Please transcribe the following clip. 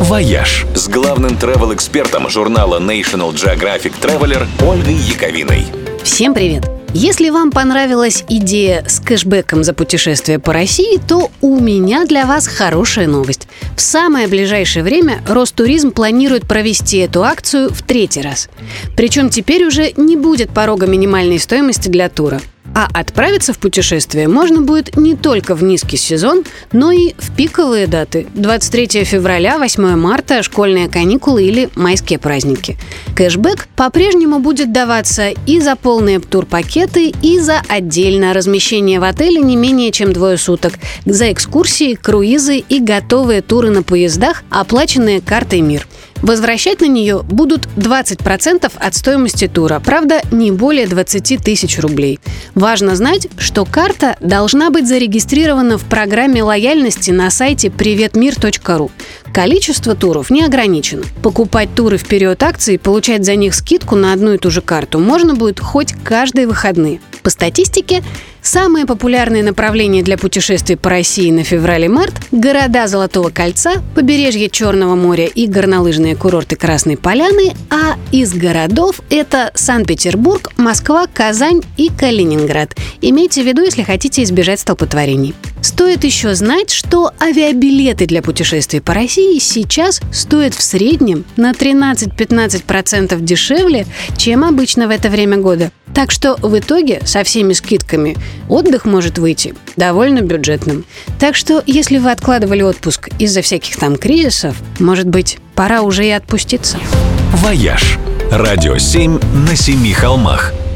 «Вояж» с главным travel-экспертом журнала National Geographic Traveler Ольгой Яковиной. Всем привет! Если вам понравилась идея с кэшбэком за путешествие по России, то у меня для вас хорошая новость. В самое ближайшее время Ростуризм планирует провести эту акцию в 3-й раз. Причем теперь уже не будет порога минимальной стоимости для тура. А отправиться в путешествие можно будет не только в низкий сезон, но и в пиковые даты – 23 февраля, 8 марта, школьные каникулы или майские праздники. Кэшбэк по-прежнему будет даваться и за полные турпакеты, и за отдельное размещение в отеле не менее чем 2 суток, за экскурсии, круизы и готовые туры на поездах, оплаченные картой «Мир». Возвращать на нее будут 20% от стоимости тура, правда, не более 20 тысяч рублей. Важно знать, что карта должна быть зарегистрирована в программе лояльности на сайте приветмир.ру. Количество туров не ограничено. Покупать туры в период акции и получать за них скидку на одну и ту же карту можно будет хоть каждые выходные. По статистике, самые популярные направления для путешествий по России на февраль и март – города Золотого кольца, побережье Черного моря и горнолыжные курорты Красной Поляны, а из городов это Санкт-Петербург, Москва, Казань и Калининград. Имейте в виду, если хотите избежать столпотворений. Стоит еще знать, что авиабилеты для путешествий по России сейчас стоят в среднем на 13-15% дешевле, чем обычно в это время года. Так что в итоге со всеми скидками отдых может выйти довольно бюджетным. Так что если вы откладывали отпуск из-за всяких там кризисов, может быть, пора уже и отпуститься. «Вояж» – радио 7 на 7 холмах.